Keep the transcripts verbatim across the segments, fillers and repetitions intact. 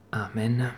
Amen.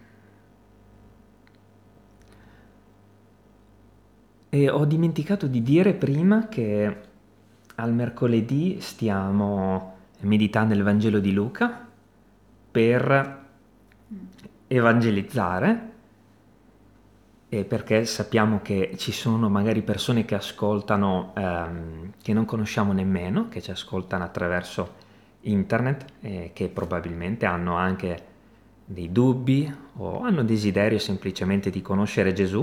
E ho dimenticato di dire prima che al mercoledì stiamo meditando il Vangelo di Luca per evangelizzare e perché sappiamo che ci sono magari persone che ascoltano ehm, che non conosciamo nemmeno, che ci ascoltano attraverso internet e che probabilmente hanno anche dei dubbi o hanno desiderio semplicemente di conoscere Gesù.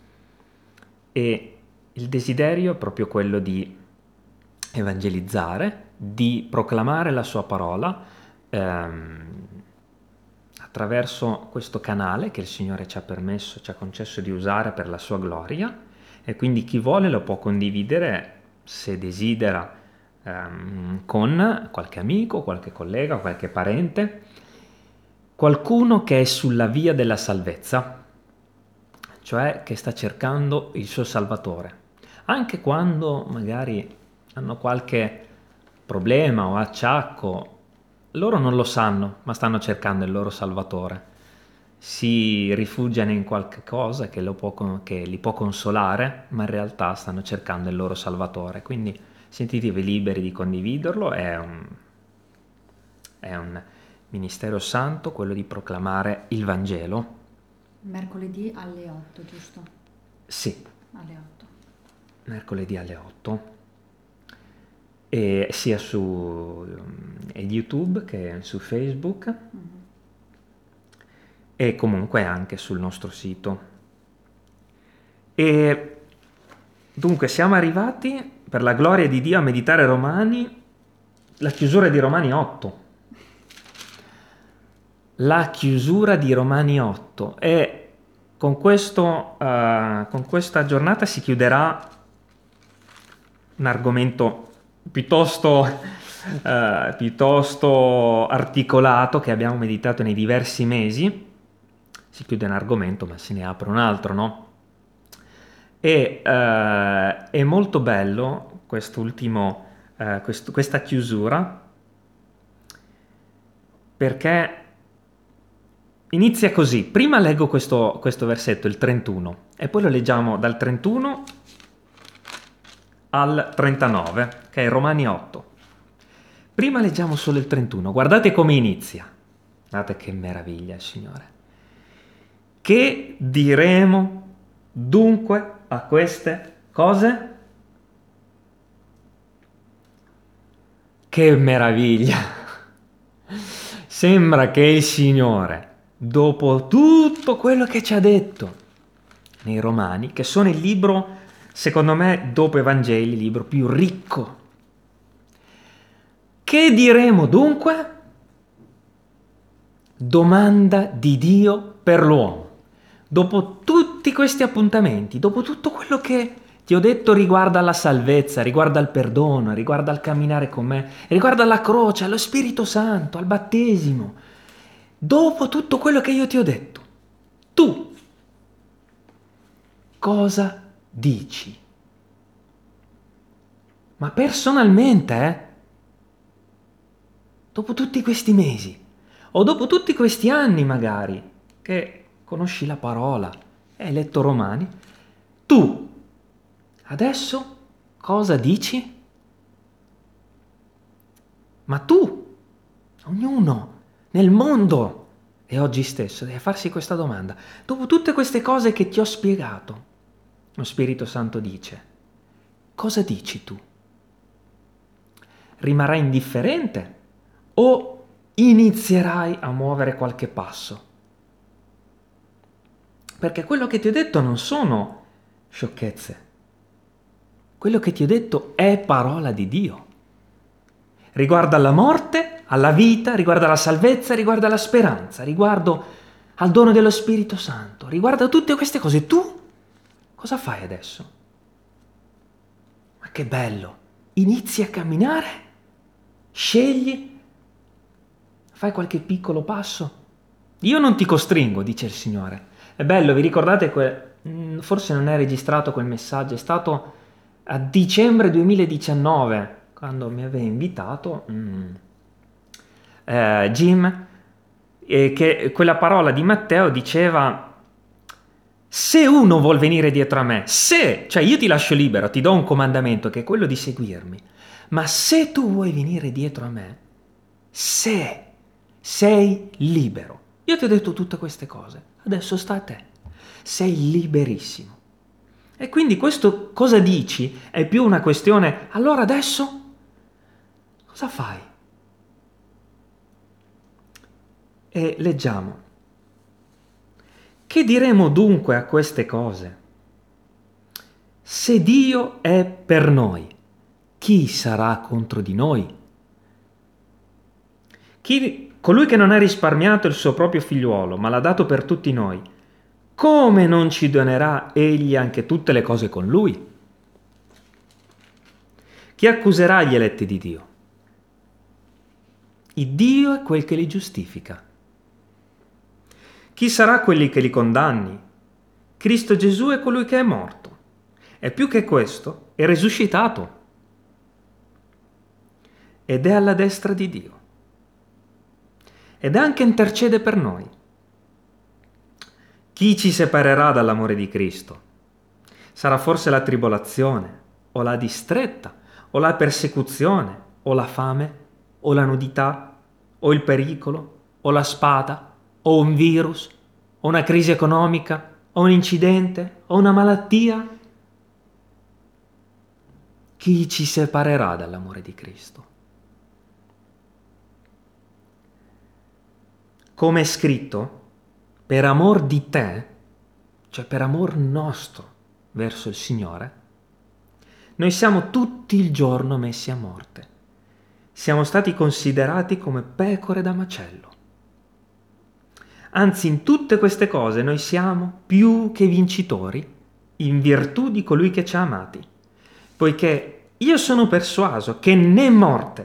E il desiderio è proprio quello di evangelizzare, di proclamare la sua parola ehm, attraverso questo canale che il Signore ci ha permesso, ci ha concesso di usare per la sua gloria, e quindi chi vuole lo può condividere se desidera ehm, con qualche amico, qualche collega, qualche parente, qualcuno che è sulla via della salvezza, cioè che sta cercando il suo Salvatore, anche quando magari hanno qualche problema o acciacco, loro non lo sanno, ma stanno cercando il loro Salvatore. Si rifugiano in qualche cosa che, lo può, che li può consolare, ma in realtà stanno cercando il loro Salvatore. Quindi sentitevi liberi di condividerlo, è un, è un ministero santo quello di proclamare il Vangelo. Mercoledì alle otto, giusto? Sì, Alle otto. mercoledì alle otto, e sia su um, YouTube che su Facebook Mhm. e comunque anche sul nostro sito. E dunque siamo arrivati, per la gloria di Dio, a meditare Romani, la chiusura di Romani otto. La chiusura di Romani otto, e con, questo, uh, con questa giornata si chiuderà un argomento piuttosto, eh, piuttosto articolato che abbiamo meditato nei diversi mesi. Si chiude un argomento ma se ne apre un altro, no? E eh, è molto bello quest'ultimo, eh, quest- questa chiusura, perché inizia così. Prima leggo questo, questo versetto, il trentuno, e poi lo leggiamo dal trentuno al trentanove, che è Romani otto. Prima leggiamo solo il trentuno, guardate come inizia. Guardate che meraviglia il Signore. Che diremo dunque a queste cose? Che meraviglia! Sembra che il Signore, dopo tutto quello che ci ha detto nei Romani, che sono il libro, secondo me, dopo i Vangeli, il libro più ricco. Che diremo dunque? Domanda di Dio per l'uomo. Dopo tutti questi appuntamenti, dopo tutto quello che ti ho detto riguardo alla salvezza, riguardo al perdono, riguardo al camminare con me, riguardo alla croce, allo Spirito Santo, al battesimo, dopo tutto quello che io ti ho detto, tu cosa dici? Ma personalmente, eh? Dopo tutti questi mesi, o dopo tutti questi anni magari, che conosci la parola e hai letto Romani, tu adesso cosa dici? Ma tu, ognuno, nel mondo e oggi stesso deve farsi questa domanda. Dopo tutte queste cose che ti ho spiegato, lo Spirito Santo dice, cosa dici tu? Rimarrai indifferente o inizierai a muovere qualche passo? Perché quello che ti ho detto non sono sciocchezze. Quello che ti ho detto è parola di Dio. Riguardo alla morte, alla vita, riguardo alla salvezza, riguardo alla speranza, riguardo al dono dello Spirito Santo, riguardo a tutte queste cose. Tu cosa fai adesso? Ma che bello! Inizi a camminare, scegli, fai qualche piccolo passo. Io non ti costringo, dice il Signore. È bello, vi ricordate, que... mm, forse non è registrato quel messaggio, è stato a dicembre duemiladiciannove, quando mi aveva invitato mm, eh, Jim eh, che quella parola di Matteo diceva: se uno vuol venire dietro a me, se, cioè io ti lascio libero, ti do un comandamento che è quello di seguirmi, ma se tu vuoi venire dietro a me, se sei libero. Io ti ho detto tutte queste cose, adesso sta a te, sei liberissimo. E quindi questo cosa dici è più una questione: allora adesso cosa fai? E leggiamo: che diremo dunque a queste cose? Se Dio è per noi, chi sarà contro di noi? Chi, colui che non ha risparmiato il suo proprio figliuolo, ma l'ha dato per tutti noi, come non ci donerà egli anche tutte le cose con lui? Chi accuserà gli eletti di Dio? Il Dio è quel che li giustifica. Chi sarà quelli che li condanni? Cristo Gesù è colui che è morto, e più che questo è risuscitato, ed è alla destra di Dio, ed anche intercede per noi. Chi ci separerà dall'amore di Cristo? Sarà forse la tribolazione, o la distretta, o la persecuzione, o la fame, o la nudità, o il pericolo, o la spada, o un virus, o una crisi economica, o un incidente, o una malattia? Chi ci separerà dall'amore di Cristo? Come è scritto, per amor di te, cioè per amor nostro verso il Signore, noi siamo tutti il giorno messi a morte. Siamo stati considerati come pecore da macello. Anzi, in tutte queste cose noi siamo più che vincitori in virtù di colui che ci ha amati, poiché io sono persuaso che né morte,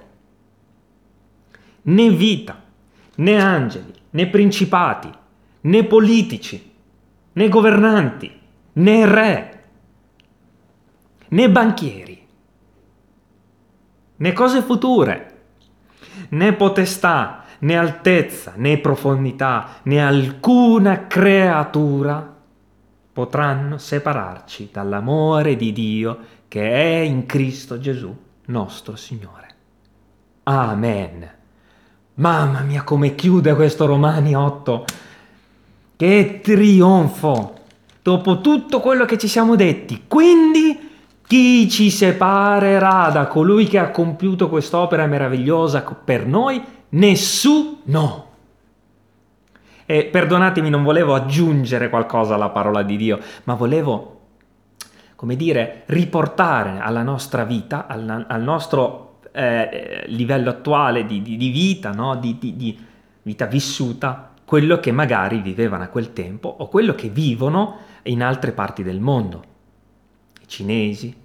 né vita, né angeli, né principati, né politici, né governanti, né re, né banchieri, né cose future, né potestà, né altezza, né profondità, né alcuna creatura potranno separarci dall'amore di Dio che è in Cristo Gesù, nostro Signore. Amen. Mamma mia, come chiude questo Romani otto! Che trionfo! Dopo tutto quello che ci siamo detti, quindi chi ci separerà da colui che ha compiuto quest'opera meravigliosa per noi? Nessuno. E perdonatemi, non volevo aggiungere qualcosa alla parola di Dio, ma volevo, come dire, riportare alla nostra vita, al, al nostro eh, livello attuale di, di, di vita, no? di, di, di vita vissuta, quello che magari vivevano a quel tempo o quello che vivono in altre parti del mondo, i cinesi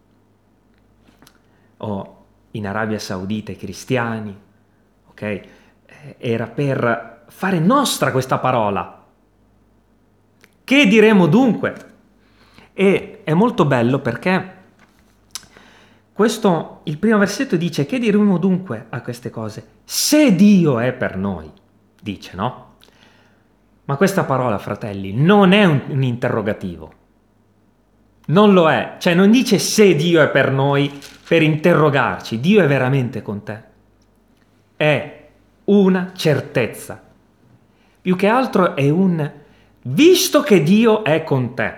o in Arabia Saudita i cristiani, ok? Era per fare nostra questa parola. Che diremo dunque? E è molto bello perché questo, il primo versetto dice: che diremo dunque a queste cose? Se Dio è per noi, dice, no? Ma questa parola, fratelli, non è un, un interrogativo. Non lo è. Cioè non dice se Dio è per noi per interrogarci. Dio è veramente con te. È una certezza. Più che altro è un visto che Dio è con te.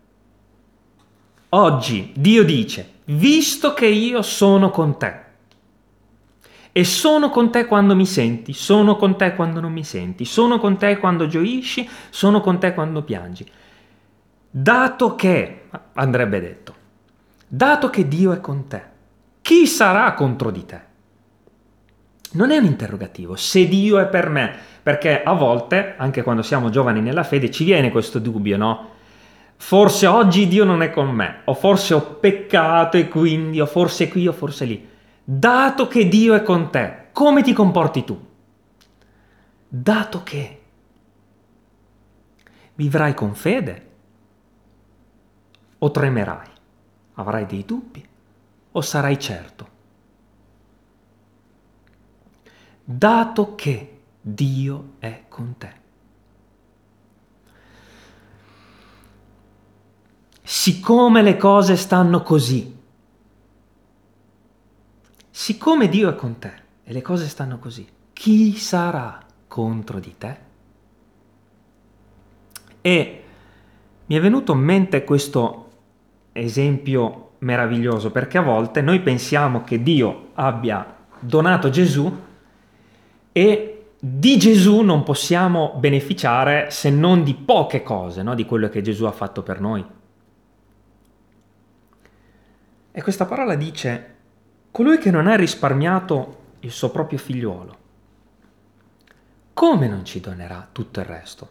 Oggi Dio dice: visto che io sono con te. E sono con te quando mi senti, sono con te quando non mi senti, sono con te quando gioisci, sono con te quando piangi. Dato che, andrebbe detto, dato che Dio è con te, chi sarà contro di te? Non è un interrogativo, se Dio è per me, perché a volte, anche quando siamo giovani nella fede, ci viene questo dubbio, no? Forse oggi Dio non è con me, o forse ho peccato e quindi, o forse qui, o forse lì. Dato che Dio è con te, come ti comporti tu? Dato che vivrai con fede o tremerai? Avrai dei dubbi o sarai certo? Dato che Dio è con te. Siccome le cose stanno così, siccome Dio è con te e le cose stanno così, chi sarà contro di te? E mi è venuto in mente questo esempio meraviglioso, perché a volte noi pensiamo che Dio abbia donato Gesù e di Gesù non possiamo beneficiare se non di poche cose, no? Di quello che Gesù ha fatto per noi. E questa parola dice: colui che non ha risparmiato il suo proprio figliuolo, come non ci donerà tutto il resto?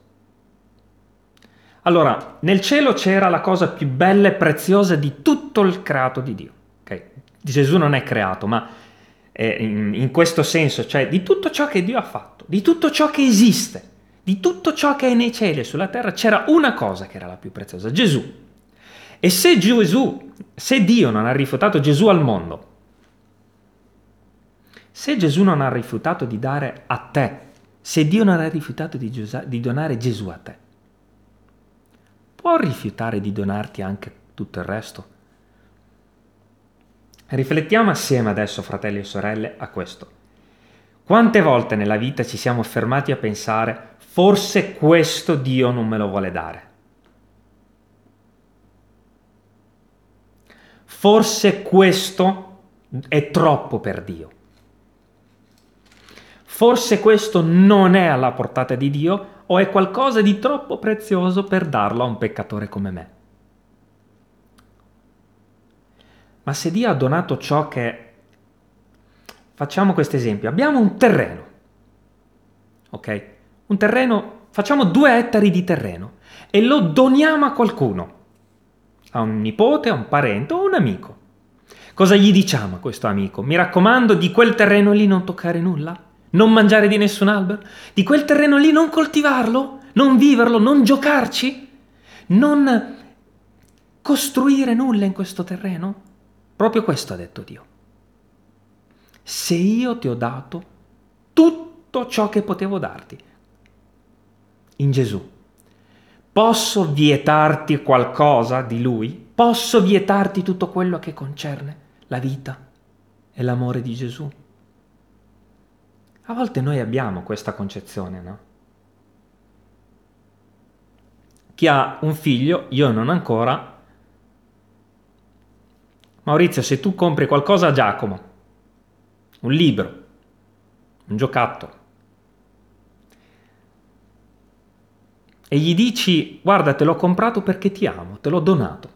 Allora, nel cielo c'era la cosa più bella e preziosa di tutto il creato di Dio. Okay? Gesù non è creato, ma eh, in, in questo senso, cioè di tutto ciò che Dio ha fatto, di tutto ciò che esiste, di tutto ciò che è nei cieli e sulla terra, c'era una cosa che era la più preziosa: Gesù. E se Gesù, se Dio non ha rifiutato Gesù al mondo, se Gesù non ha rifiutato di dare a te, se Dio non ha rifiutato di, di donare Gesù a te, può rifiutare di donarti anche tutto il resto? Riflettiamo assieme adesso, fratelli e sorelle, a questo. Quante volte nella vita ci siamo fermati a pensare: forse questo Dio non me lo vuole dare? Forse questo è troppo per Dio? Forse questo non è alla portata di Dio o è qualcosa di troppo prezioso per darlo a un peccatore come me? Ma se Dio ha donato ciò che... Facciamo questo esempio. Abbiamo un terreno, ok? Un terreno, facciamo due ettari di terreno e lo doniamo a qualcuno, a un nipote, a un parente o a un amico. Cosa gli diciamo a questo amico? Mi raccomando, di quel terreno lì non toccare nulla? Non mangiare di nessun albero? Di quel terreno lì non coltivarlo? Non viverlo? Non giocarci? Non costruire nulla in questo terreno? Proprio questo ha detto Dio. Se io ti ho dato tutto ciò che potevo darti in Gesù, posso vietarti qualcosa di Lui? Posso vietarti tutto quello che concerne la vita e l'amore di Gesù? A volte noi abbiamo questa concezione, no? Chi ha un figlio, io non ancora. Maurizio, se tu compri qualcosa a Giacomo, un libro, un giocattolo, e gli dici: guarda, te l'ho comprato perché ti amo, te l'ho donato.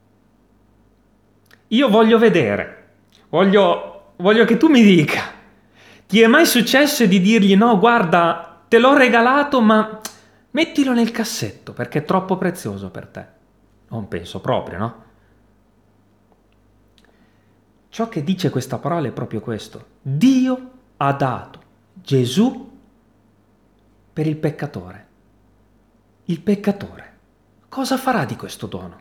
Io voglio vedere, voglio, voglio che tu mi dica, ti è mai successo di dirgli: no, guarda, te l'ho regalato, ma mettilo nel cassetto perché è troppo prezioso per te? Non penso proprio, no? Ciò che dice questa parola è proprio questo. Dio ha dato Gesù per il peccatore. Il peccatore cosa farà di questo dono?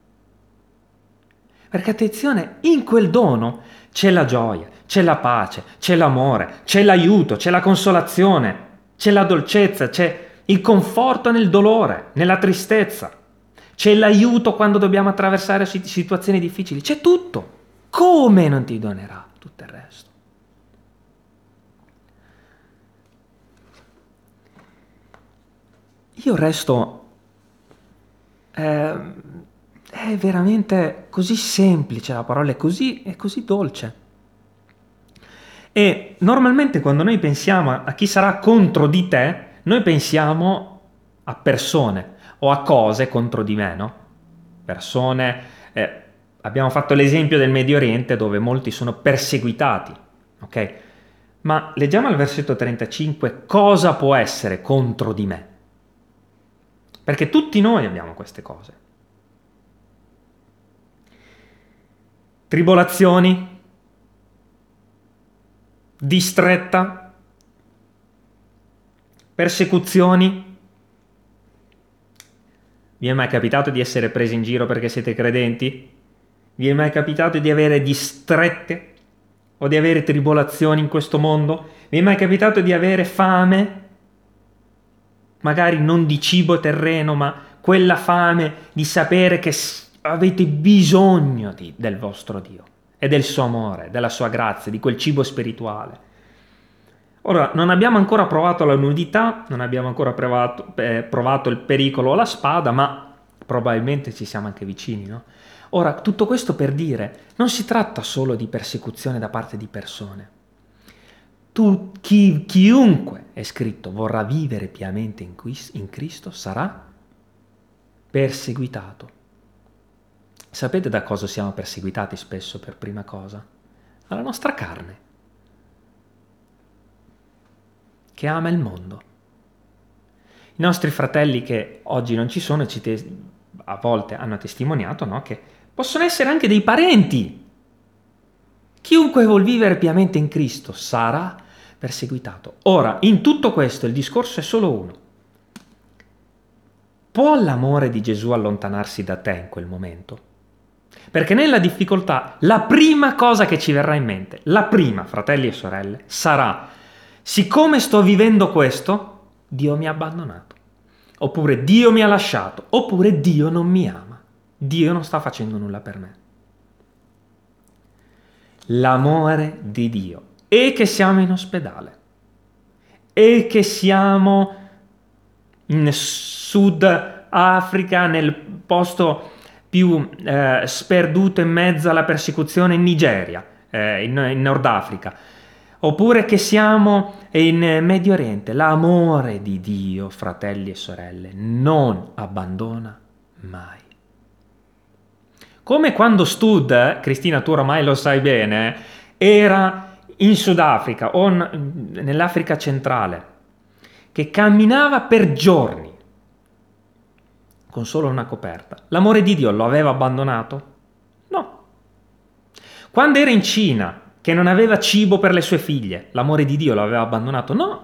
Perché attenzione, in quel dono c'è la gioia, c'è la pace, c'è l'amore, c'è l'aiuto, c'è la consolazione, c'è la dolcezza, c'è il conforto nel dolore, nella tristezza, c'è l'aiuto quando dobbiamo attraversare situazioni difficili, c'è tutto. Come non ti donerà tutto il resto? Io resto... Eh, è veramente così semplice la parola, è così, è così dolce. E normalmente quando noi pensiamo a chi sarà contro di te, noi pensiamo a persone o a cose contro di me, no? Persone... Eh, abbiamo fatto l'esempio del Medio Oriente dove molti sono perseguitati, ok? Ma leggiamo al versetto trentacinque cosa può essere contro di me. Perché tutti noi abbiamo queste cose. Tribolazioni, distretta, persecuzioni. Vi è mai capitato di essere presi in giro perché siete credenti? Vi è mai capitato di avere distrette o di avere tribolazioni in questo mondo? Vi è mai capitato di avere fame, magari non di cibo terreno, ma quella fame di sapere che avete bisogno di, del vostro Dio e del suo amore, della sua grazia, di quel cibo spirituale. Ora, non abbiamo ancora provato la nudità, non abbiamo ancora provato, eh, provato il pericolo o la spada, ma probabilmente ci siamo anche vicini, no? Ora, tutto questo per dire, non si tratta solo di persecuzione da parte di persone. Tu, chi, chiunque, è scritto, vorrà vivere piamente in, in Cristo sarà perseguitato. Sapete da cosa siamo perseguitati spesso per prima cosa? Dalla nostra carne, che ama il mondo. I nostri fratelli che oggi non ci sono, ci te- a volte hanno testimoniato, no? Che possono essere anche dei parenti. Chiunque vuol vivere piamente in Cristo sarà perseguitato. Ora, in tutto questo il discorso è solo uno. Può l'amore di Gesù allontanarsi da te in quel momento? Perché nella difficoltà la prima cosa che ci verrà in mente, la prima, fratelli e sorelle, sarà: siccome sto vivendo questo, Dio mi ha abbandonato, oppure Dio mi ha lasciato, oppure Dio non mi ama, Dio non sta facendo nulla per me. L'amore di Dio, e che siamo in ospedale, e che siamo in Sud Africa, nel posto più eh, sperduto in mezzo alla persecuzione in Nigeria, eh, in, in Nord Africa, oppure che siamo in Medio Oriente, l'amore di Dio, fratelli e sorelle, non abbandona mai. Come quando Stud, Cristina tu oramai lo sai bene, era in Sudafrica o n- nell'Africa centrale, che camminava per giorni con solo una coperta. L'amore di Dio lo aveva abbandonato? No. Quando era in Cina, che non aveva cibo per le sue figlie, l'amore di Dio lo aveva abbandonato? No.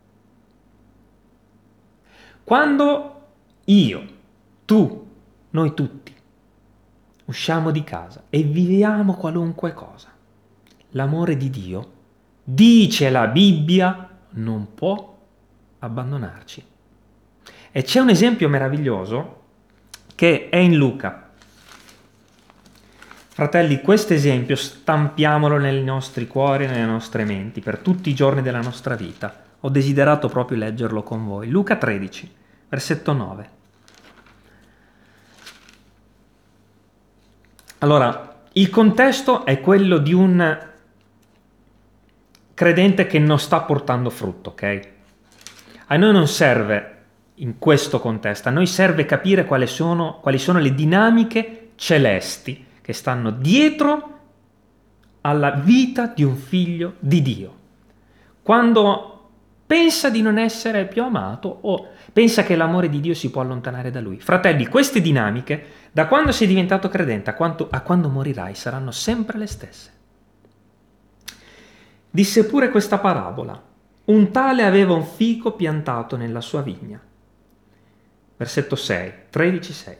Quando io, tu, noi tutti, usciamo di casa e viviamo qualunque cosa, l'amore di Dio, dice la Bibbia, non può abbandonarci. E c'è un esempio meraviglioso che è in Luca. Fratelli, questo esempio stampiamolo nei nostri cuori e nelle nostre menti per tutti i giorni della nostra vita. Ho desiderato proprio leggerlo con voi. Luca tredici, versetto nove. Allora, il contesto è quello di un credente che non sta portando frutto, ok? A noi non serve in questo contesto, a noi serve capire quali sono, quali sono le dinamiche celesti che stanno dietro alla vita di un figlio di Dio. Quando pensa di non essere più amato o pensa che l'amore di Dio si può allontanare da lui. Fratelli, queste dinamiche, da quando sei diventato credente a, quanto, a quando morirai, saranno sempre le stesse. Disse pure questa parabola: un tale aveva un fico piantato nella sua vigna. Versetto sei, tredici sei.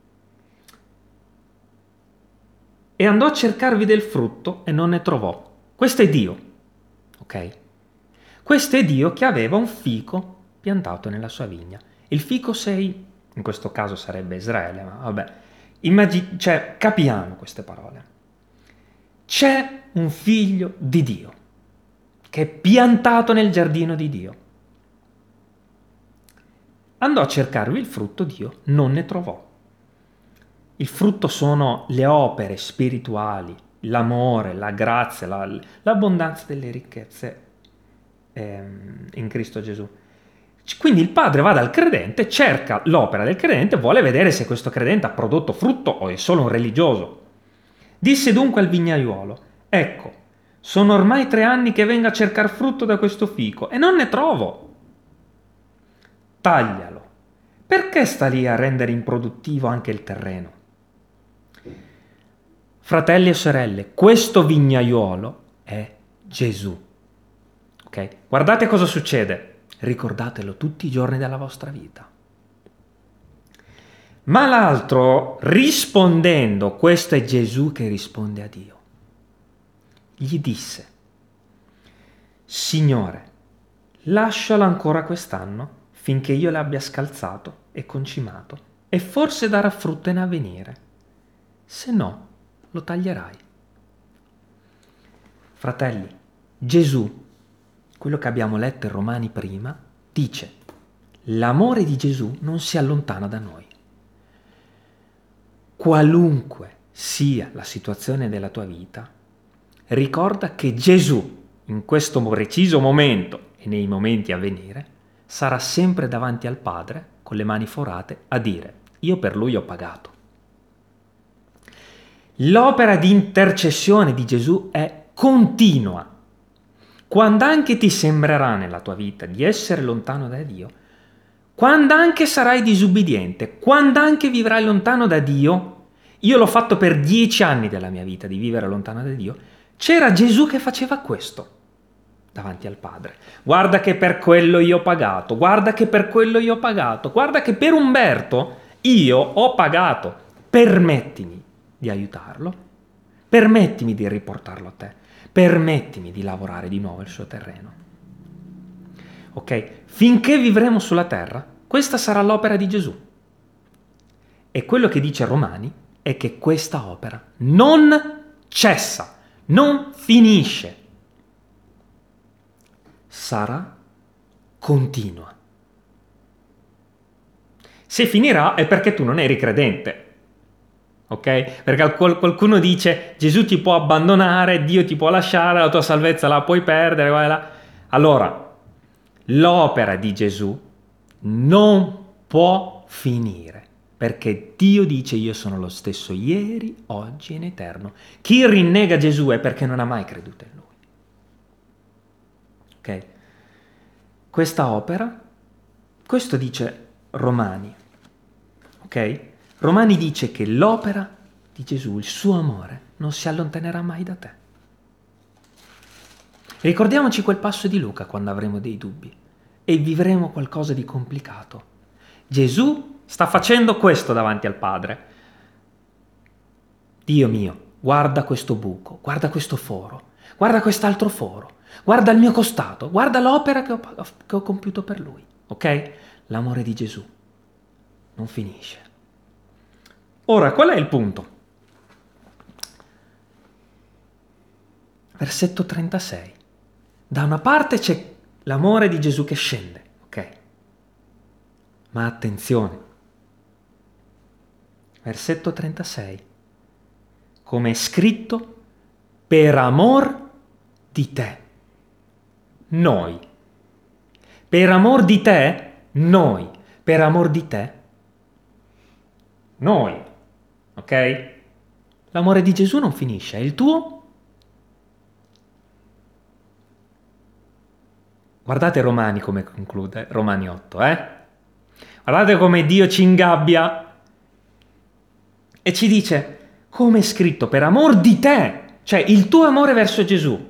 E andò a cercarvi del frutto e non ne trovò. Questo è Dio, ok? Questo è Dio che aveva un fico piantato nella sua vigna. Il fico sei, in questo caso sarebbe Israele, ma vabbè, immagin- cioè, capiamo queste parole. C'è un figlio di Dio che è piantato nel giardino di Dio. Andò a cercarvi il frutto, Dio non ne trovò. Il frutto sono le opere spirituali, l'amore, la grazia, la, l'abbondanza delle ricchezze ehm, in Cristo Gesù. Quindi il padre va dal credente, cerca l'opera del credente, vuole vedere se questo credente ha prodotto frutto o è solo un religioso. Disse dunque al vignaiuolo: ecco, sono ormai tre anni che vengo a cercare frutto da questo fico e non ne trovo. Taglialo. Perché sta lì a rendere improduttivo anche il terreno? Fratelli e sorelle, questo vignaiuolo è Gesù. Ok? Guardate cosa succede. Ricordatelo tutti i giorni della vostra vita. Ma l'altro, rispondendo, questo è Gesù che risponde a Dio, gli disse: Signore, lascialo ancora quest'anno, finché io l'abbia scalzato e concimato, e forse darà frutto in avvenire. Se no, lo taglierai. Fratelli, Gesù, quello che abbiamo letto in Romani prima, dice: l'amore di Gesù non si allontana da noi. Qualunque sia la situazione della tua vita, ricorda che Gesù, in questo preciso momento e nei momenti a venire, sarà sempre davanti al Padre con le mani forate a dire: io per lui ho pagato. L'opera di intercessione di Gesù è continua. Quando anche ti sembrerà nella tua vita di essere lontano da Dio, quando anche sarai disubbidiente, quando anche vivrai lontano da Dio, io l'ho fatto per dieci anni della mia vita di vivere lontano da Dio, c'era Gesù che faceva questo davanti al Padre. Guarda che per quello io ho pagato, guarda che per quello io ho pagato, guarda che per Umberto io ho pagato. Permettimi di aiutarlo, permettimi di riportarlo a te, permettimi di lavorare di nuovo il suo terreno. Ok? Finché vivremo sulla terra, questa sarà l'opera di Gesù. E quello che dice Romani è che questa opera non cessa, non finisce, sarà continua. Se finirà è perché tu non eri credente. Ok? Perché qualcuno dice: Gesù ti può abbandonare, Dio ti può lasciare, la tua salvezza la puoi perdere. Guarda. Allora, l'opera di Gesù non può finire, perché Dio dice: io sono lo stesso ieri, oggi e in eterno. Chi rinnega Gesù è perché non ha mai creduto in Lui. Ok? Questa opera, questo dice Romani. Ok? Romani dice che l'opera di Gesù, il suo amore, non si allontanerà mai da te. Ricordiamoci quel passo di Luca quando avremo dei dubbi e vivremo qualcosa di complicato. Gesù sta facendo questo davanti al Padre. Dio mio, guarda questo buco, guarda questo foro, guarda quest'altro foro, guarda il mio costato, guarda l'opera che ho, che ho compiuto per Lui. Ok? L'amore di Gesù non finisce. Ora, qual è il punto? Versetto trentasei. Da una parte c'è l'amore di Gesù che scende, ok? Ma attenzione. Versetto trentasei. Come è scritto, per amor di te, noi. Per amor di te, noi. Per amor di te, noi. Ok? L'amore di Gesù non finisce, è il tuo? Guardate Romani come conclude, Romani otto, eh? Guardate come Dio ci ingabbia e ci dice: come è scritto, per amor di te, cioè il tuo amore verso Gesù.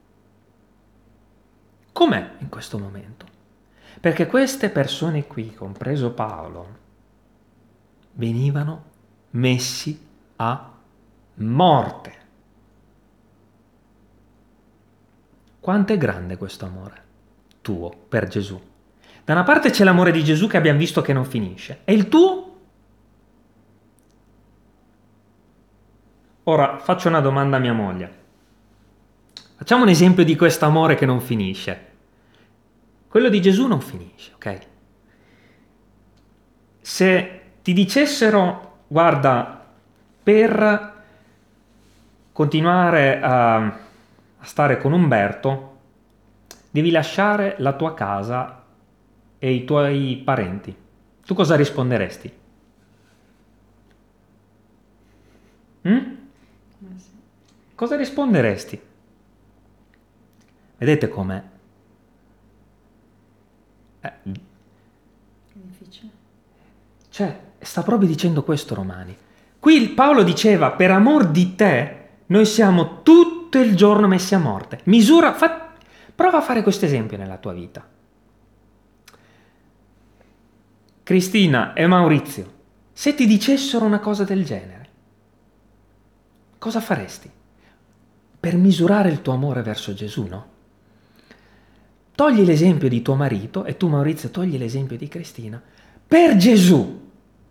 Com'è in questo momento? Perché queste persone qui, compreso Paolo, venivano messi a morte. Quanto è grande questo amore tuo per Gesù? Da una parte c'è l'amore di Gesù che abbiamo visto che non finisce, e il tuo? Ora faccio una domanda a mia moglie. Facciamo un esempio di questo amore che non finisce. Quello di Gesù non finisce, ok? Se ti dicessero: guarda, per continuare a, a stare con Umberto devi lasciare la tua casa e i tuoi parenti, tu cosa risponderesti? Mm? Cosa risponderesti? Vedete com'è? Eh, È difficile. Cioè, sta proprio dicendo questo Romani. Qui Paolo diceva: per amor di te noi siamo tutto il giorno messi a morte. Misura, fa, prova a fare questo esempio nella tua vita. Cristina e Maurizio, se ti dicessero una cosa del genere, cosa faresti? Per misurare il tuo amore verso Gesù, no? togli l'esempio di tuo marito e tu, Maurizio, togli l'esempio di Cristina. Per Gesù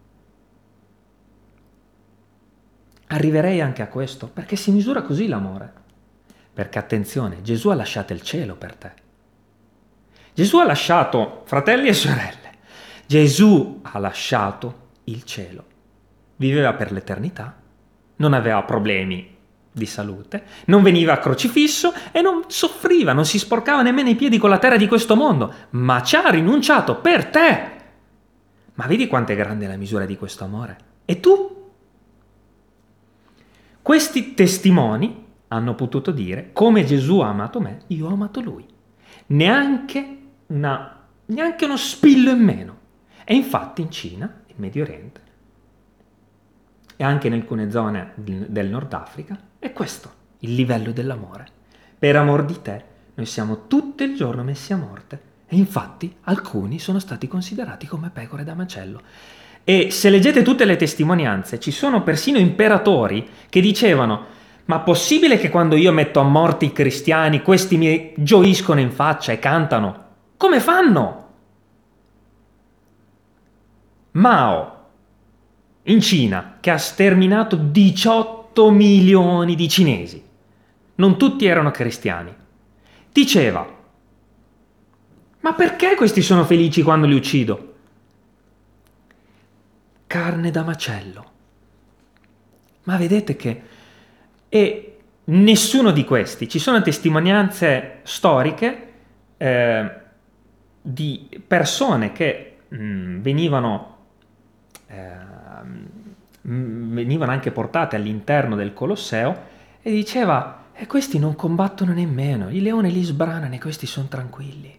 arriverei anche a questo, perché si misura così l'amore. Perché attenzione, Gesù ha lasciato il cielo per te. Gesù ha lasciato fratelli e sorelle. Gesù ha lasciato il cielo. Viveva per l'eternità, non aveva problemi di salute, non veniva crocifisso e non soffriva, non si sporcava nemmeno i piedi con la terra di questo mondo, ma ci ha rinunciato per te. Ma vedi quanto è grande la misura di questo amore? E tu? Questi testimoni hanno potuto dire, come Gesù ha amato me, io ho amato lui. Neanche, una, neanche uno spillo in meno. E infatti in Cina, in Medio Oriente, e anche in alcune zone del Nord Africa, è questo il livello dell'amore. Per amor di te, noi siamo tutto il giorno messi a morte. E infatti alcuni sono stati considerati come pecore da macello. E se leggete tutte le testimonianze, ci sono persino imperatori che dicevano: ma possibile che quando io metto a morte i cristiani, questi mi gioiscono in faccia e cantano? Come fanno? Mao, in Cina, che ha sterminato diciotto milioni di cinesi, non tutti erano cristiani, diceva: ma perché questi sono felici quando li uccido? Carne da macello. Ma vedete che... E nessuno di questi, ci sono testimonianze storiche eh, di persone che mh, venivano, eh, mh, venivano anche portate all'interno del Colosseo e diceva: e questi non combattono nemmeno, i leoni li sbranano e questi sono tranquilli.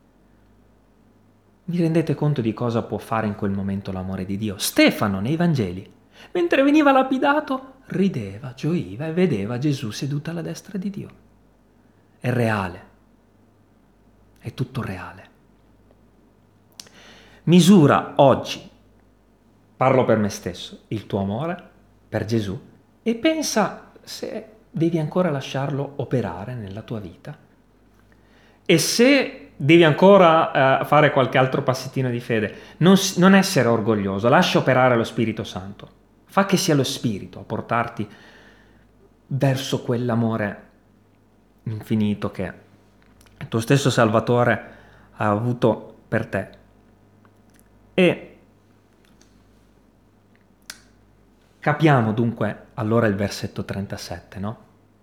Vi rendete conto di cosa può fare in quel momento l'amore di Dio? Stefano nei Vangeli, mentre veniva lapidato, rideva, gioiva e vedeva Gesù seduto alla destra di Dio. È reale, è tutto reale. Misura oggi, parlo per me stesso, il tuo amore per Gesù e pensa se devi ancora lasciarlo operare nella tua vita e se devi ancora uh, fare qualche altro passettino di fede. Non, non essere orgoglioso, lascia operare lo Spirito Santo. Fa che sia lo Spirito a portarti verso quell'amore infinito che il tuo stesso Salvatore ha avuto per te. E capiamo dunque allora il versetto trentasette, no?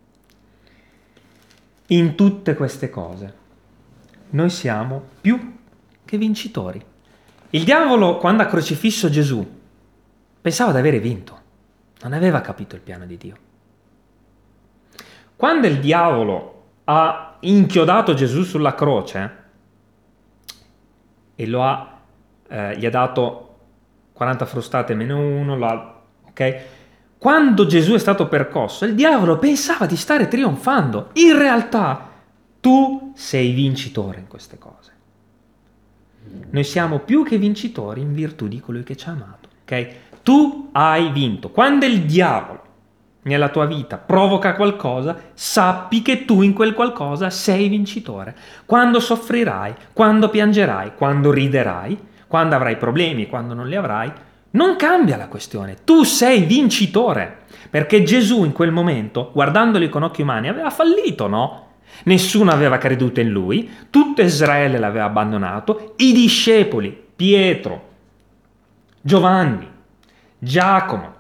In tutte queste cose noi siamo più che vincitori. Il diavolo, quando ha crocifisso Gesù, pensava di avere vinto, non aveva capito il piano di Dio. Quando il diavolo ha inchiodato Gesù sulla croce e lo ha, eh, gli ha dato quaranta frustate meno uno, la, ok? Quando Gesù è stato percosso, il diavolo pensava di stare trionfando. In realtà tu sei vincitore in queste cose. Noi siamo più che vincitori in virtù di colui che ci ha amato, ok? Tu hai vinto. Quando il diavolo nella tua vita provoca qualcosa, sappi che tu in quel qualcosa sei vincitore. Quando soffrirai, quando piangerai, quando riderai, quando avrai problemi, quando non li avrai, non cambia la questione. Tu sei vincitore, perché Gesù in quel momento, guardandoli con occhi umani, aveva fallito, no? Nessuno aveva creduto in lui, tutto Israele l'aveva abbandonato, i discepoli, Pietro, Giovanni, Giacomo,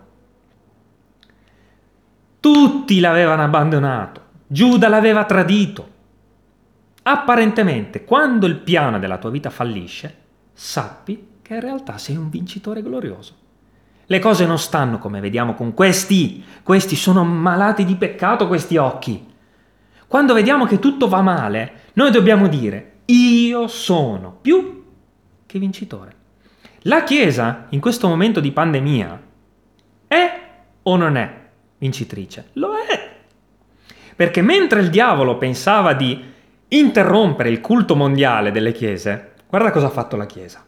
tutti l'avevano abbandonato, Giuda l'aveva tradito. Apparentemente, quando il piano della tua vita fallisce, sappi che in realtà sei un vincitore glorioso. Le cose non stanno come vediamo con questi, questi sono malati di peccato, questi occhi. Quando vediamo che tutto va male, noi dobbiamo dire: io sono più che vincitore. La Chiesa, in questo momento di pandemia, è o non è vincitrice? Lo è! Perché mentre il diavolo pensava di interrompere il culto mondiale delle chiese, guarda cosa ha fatto la Chiesa.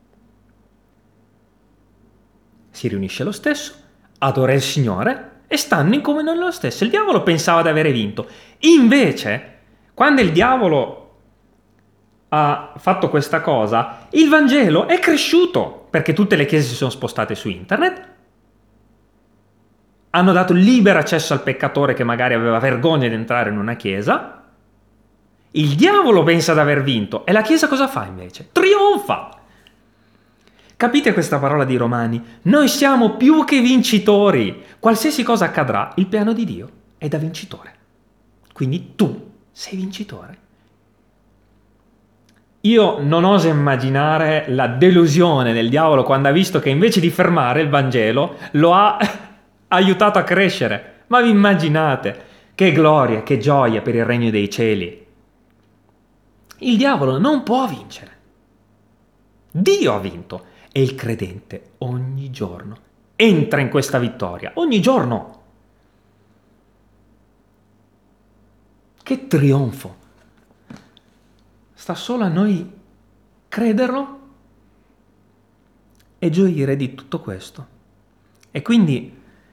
Si riunisce lo stesso, adora il Signore e stanno in comunione lo stesso. Il diavolo pensava di avere vinto. Invece, quando il diavolo ha fatto questa cosa, il Vangelo è cresciuto, perché tutte le chiese si sono spostate su internet, hanno dato libero accesso al peccatore che magari aveva vergogna di entrare in una chiesa. Il diavolo pensa di aver vinto e la chiesa cosa fa invece? Trionfa! Capite questa parola di Romani? Noi siamo più che vincitori. Qualsiasi cosa accadrà, il piano di Dio è da vincitore. Quindi tu sei vincitore. Io non oso immaginare la delusione del diavolo quando ha visto che invece di fermare il Vangelo lo ha aiutato a crescere. Ma vi immaginate che gloria, che gioia per il regno dei cieli. Il diavolo non può vincere. Dio ha vinto e il credente ogni giorno entra in questa vittoria. Ogni giorno. Che trionfo. Sta solo a noi crederlo e gioire di tutto questo. E quindi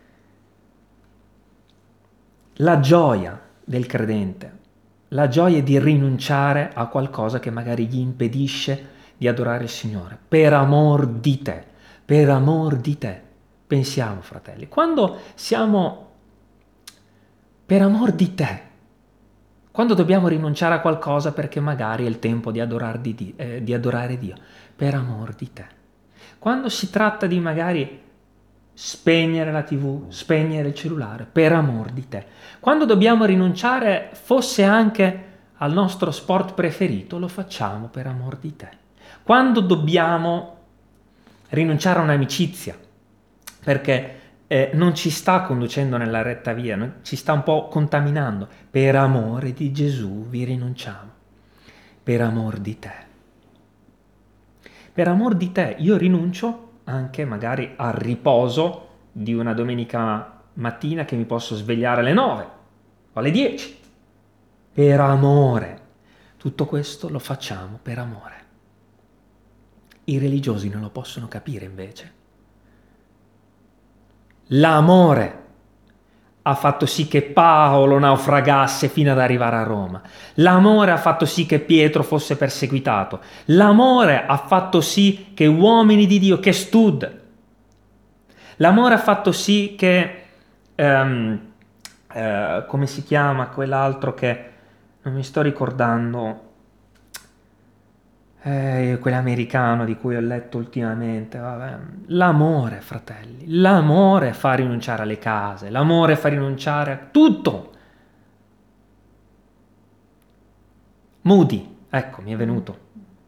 la gioia del credente, la gioia di rinunciare a qualcosa che magari gli impedisce di adorare il Signore, per amor di te, per amor di te. Pensiamo, fratelli, quando siamo per amor di te, quando dobbiamo rinunciare a qualcosa perché magari è il tempo di adorare, di, eh, di adorare Dio, per amor di te. Quando si tratta di magari spegnere la tivù, spegnere il cellulare, per amor di te. Quando dobbiamo rinunciare, fosse anche al nostro sport preferito, lo facciamo per amor di te. Quando dobbiamo rinunciare a un'amicizia, perché Eh, non ci sta conducendo nella retta via, no? Ci sta un po' contaminando. Per amore di Gesù vi rinunciamo. Per amor di te. Per amor di te io rinuncio anche magari al riposo di una domenica mattina che mi posso svegliare alle nove o alle dieci. Per amore. Tutto questo lo facciamo per amore. I religiosi non lo possono capire invece. L'amore ha fatto sì che Paolo naufragasse fino ad arrivare a Roma. L'amore ha fatto sì che Pietro fosse perseguitato. L'amore ha fatto sì che uomini di Dio, che Stud. L'amore ha fatto sì che, um, uh, come si chiama quell'altro che non mi sto ricordando, Eh, quell'americano di cui ho letto ultimamente, vabbè. L'amore, fratelli, l'amore fa rinunciare alle case, l'amore fa rinunciare a tutto. Moody, ecco, mi è venuto.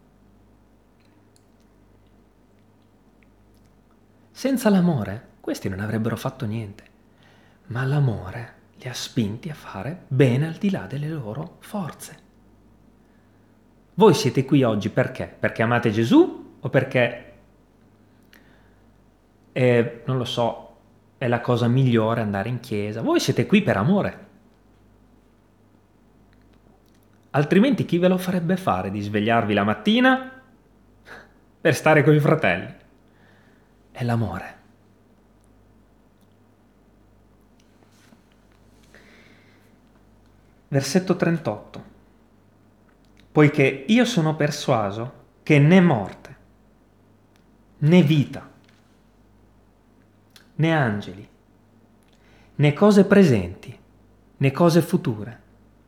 Senza l'amore, questi non avrebbero fatto niente, ma l'amore li ha spinti a fare bene al di là delle loro forze. Voi siete qui oggi perché? Perché amate Gesù o perché, è, non lo so, è la cosa migliore andare in chiesa? Voi siete qui per amore. Altrimenti chi ve lo farebbe fare di svegliarvi la mattina per stare con i fratelli? È l'amore. Versetto trentotto. Poiché io sono persuaso che né morte, né vita, né angeli, né cose presenti, né cose future,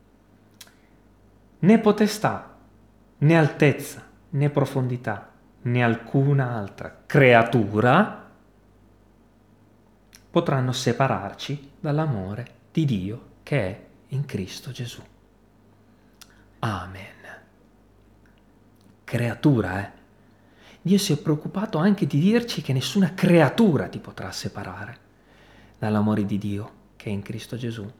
né potestà, né altezza, né profondità, né alcuna altra creatura potranno separarci dall'amore di Dio che è in Cristo Gesù. Amen. Creatura, eh? Dio si è preoccupato anche di dirci che nessuna creatura ti potrà separare dall'amore di Dio che è in Cristo Gesù.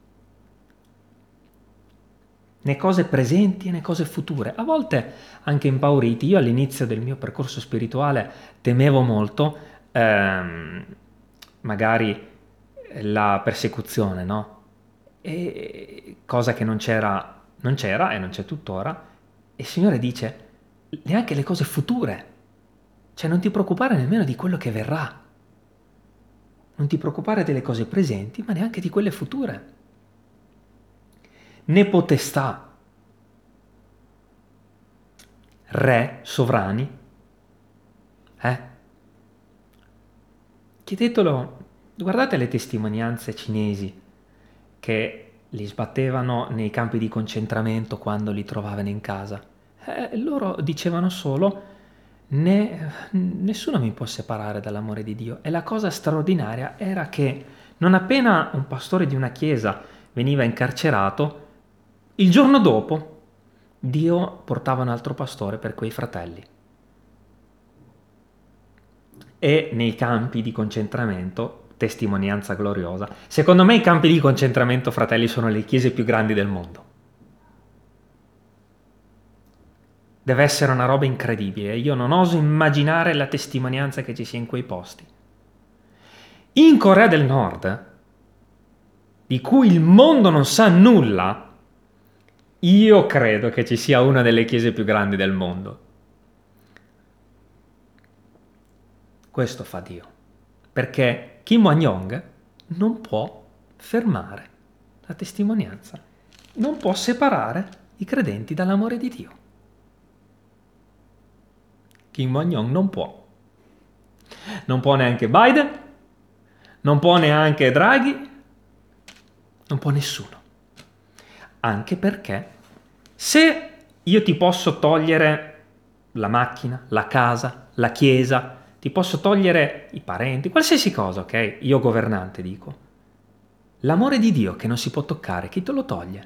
Né cose presenti né cose future, a volte anche impauriti. Io all'inizio del mio percorso spirituale temevo molto ehm, magari la persecuzione, no? E cosa che non c'era, non c'era e non c'è tuttora. E il Signore dice neanche le cose future, cioè non ti preoccupare nemmeno di quello che verrà, non ti preoccupare delle cose presenti, ma neanche di quelle future. Né potestà, re, sovrani. Eh? Chiedetelo, guardate le testimonianze cinesi che li sbattevano nei campi di concentramento quando li trovavano in casa. Eh, loro dicevano solo, ne, nessuno mi può separare dall'amore di Dio. E la cosa straordinaria era che non appena un pastore di una chiesa veniva incarcerato, il giorno dopo Dio portava un altro pastore per quei fratelli. E nei campi di concentramento, testimonianza gloriosa, secondo me i campi di concentramento, fratelli, sono le chiese più grandi del mondo. Deve essere una roba incredibile, io non oso immaginare la testimonianza che ci sia in quei posti. In Corea del Nord, di cui il mondo non sa nulla, io credo che ci sia una delle chiese più grandi del mondo. Questo fa Dio, perché Kim Won-yong non può fermare la testimonianza, non può separare i credenti dall'amore di Dio. Kim Won-yong non può. Non può neanche Biden, non può neanche Draghi, non può nessuno. Anche perché se io ti posso togliere la macchina, la casa, la chiesa, ti posso togliere i parenti, qualsiasi cosa, ok? Io governante dico. L'amore di Dio che non si può toccare, chi te lo toglie?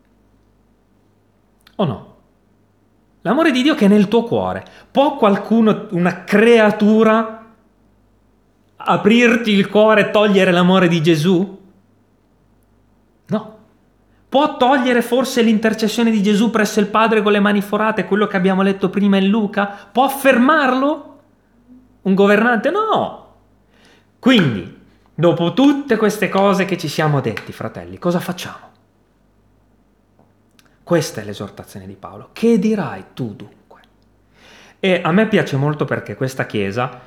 O no? L'amore di Dio che è nel tuo cuore. Può qualcuno, una creatura, aprirti il cuore e togliere l'amore di Gesù? No. Può togliere forse l'intercessione di Gesù presso il Padre con le mani forate, quello che abbiamo letto prima in Luca? Può fermarlo? Un governante? No! Quindi, dopo tutte queste cose che ci siamo detti, fratelli, cosa facciamo? Questa è l'esortazione di Paolo. Che dirai tu dunque? E a me piace molto perché questa Chiesa,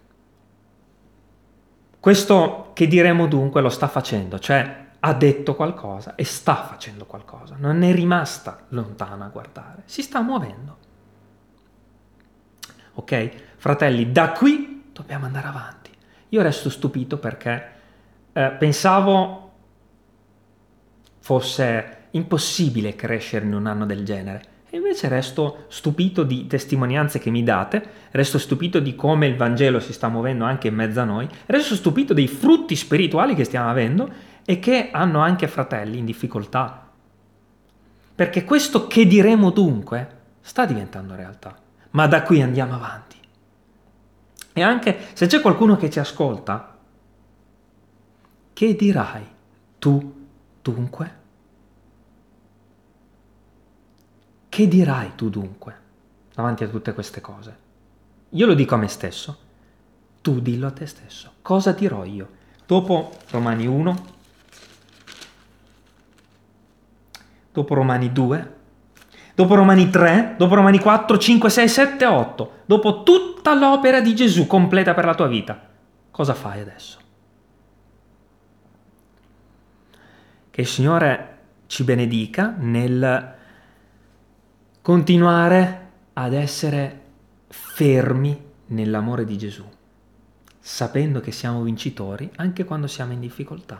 questo che diremo dunque lo sta facendo, cioè ha detto qualcosa e sta facendo qualcosa, non è rimasta lontana a guardare, si sta muovendo. Ok? Fratelli, da qui dobbiamo andare avanti. Io resto stupito perché eh, pensavo fosse impossibile crescere in un anno del genere. E invece resto stupito di testimonianze che mi date, resto stupito di come il Vangelo si sta muovendo anche in mezzo a noi, resto stupito dei frutti spirituali che stiamo avendo e che hanno anche fratelli in difficoltà. Perché questo che diremo dunque sta diventando realtà. Ma da qui andiamo avanti. E anche se c'è qualcuno che ci ascolta, che dirai tu dunque? Che dirai tu dunque davanti a tutte queste cose? Io lo dico a me stesso, tu dillo a te stesso. Cosa dirò io? Dopo Romani uno, dopo Romani due, dopo Romani tre, dopo Romani quattro, cinque, sei, sette, otto, dopo tutta l'opera di Gesù completa per la tua vita, cosa fai adesso? Che il Signore ci benedica nel continuare ad essere fermi nell'amore di Gesù, sapendo che siamo vincitori anche quando siamo in difficoltà.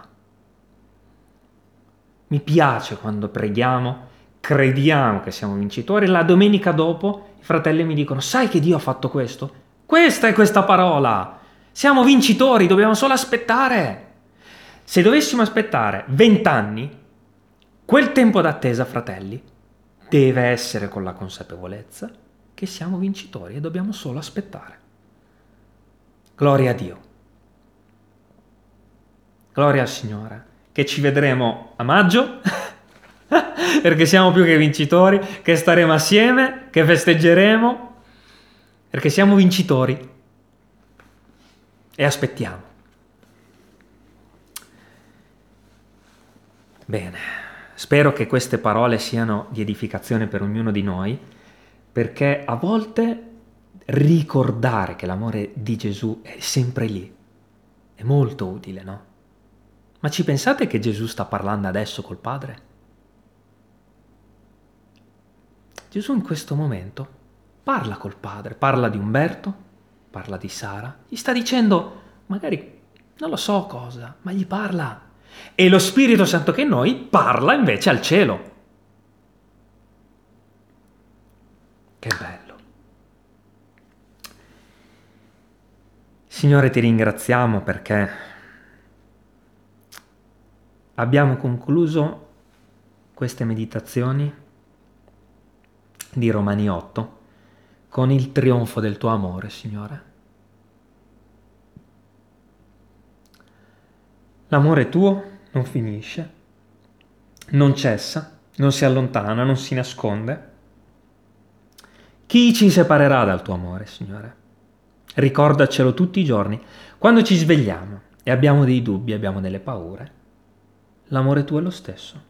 Mi piace quando preghiamo, crediamo che siamo vincitori, la domenica dopo i fratelli mi dicono: sai che Dio ha fatto questo? Questa è questa parola! Siamo vincitori, dobbiamo solo aspettare. Se dovessimo aspettare vent'anni, quel tempo d'attesa, fratelli, deve essere con la consapevolezza che siamo vincitori e dobbiamo solo aspettare. Gloria a Dio. Gloria al Signore. Che ci vedremo a maggio, perché siamo più che vincitori, che staremo assieme, che festeggeremo, perché siamo vincitori e aspettiamo. Bene, spero che queste parole siano di edificazione per ognuno di noi, perché a volte ricordare che l'amore di Gesù è sempre lì è molto utile, no? Ma ci pensate che Gesù sta parlando adesso col Padre? Gesù in questo momento parla col padre, parla di Umberto, parla di Sara, gli sta dicendo, magari, non lo so cosa, ma gli parla. E lo Spirito Santo che in noi parla invece al cielo. Che bello. Signore, ti ringraziamo perché abbiamo concluso queste meditazioni di Romani otto con il trionfo del tuo amore, Signore. L'amore tuo non finisce, non cessa, non si allontana, non si nasconde. Chi ci separerà dal tuo amore, Signore? Ricordacelo tutti i giorni, quando ci svegliamo e abbiamo dei dubbi, abbiamo delle paure. L'amore tuo è lo stesso.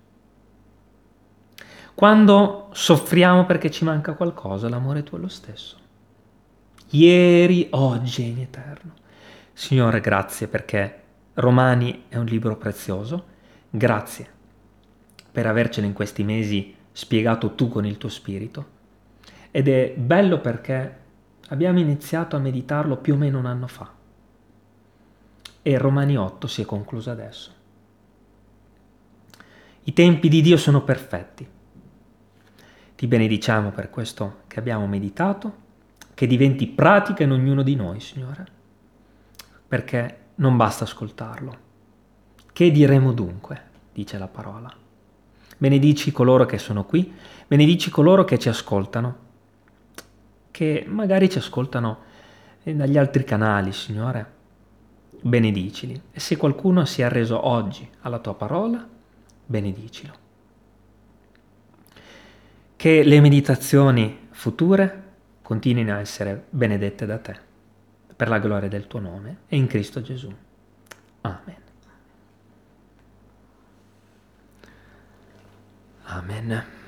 Quando soffriamo perché ci manca qualcosa, l'amore tuo è lo stesso. Ieri, oggi e in eterno. Signore, grazie perché Romani è un libro prezioso. Grazie per avercelo in questi mesi spiegato tu con il tuo spirito. Ed è bello perché abbiamo iniziato a meditarlo più o meno un anno fa. E Romani otto si è concluso adesso. I tempi di Dio sono perfetti. Ti benediciamo per questo che abbiamo meditato, che diventi pratica in ognuno di noi, Signore, perché non basta ascoltarlo. Che diremo dunque? Dice la parola. Benedici coloro che sono qui, benedici coloro che ci ascoltano, che magari ci ascoltano dagli altri canali, Signore. Benedicili. E se qualcuno si è arreso oggi alla tua parola, benedicilo. Che le meditazioni future continuino a essere benedette da te, per la gloria del tuo nome e in Cristo Gesù. Amen. Amen.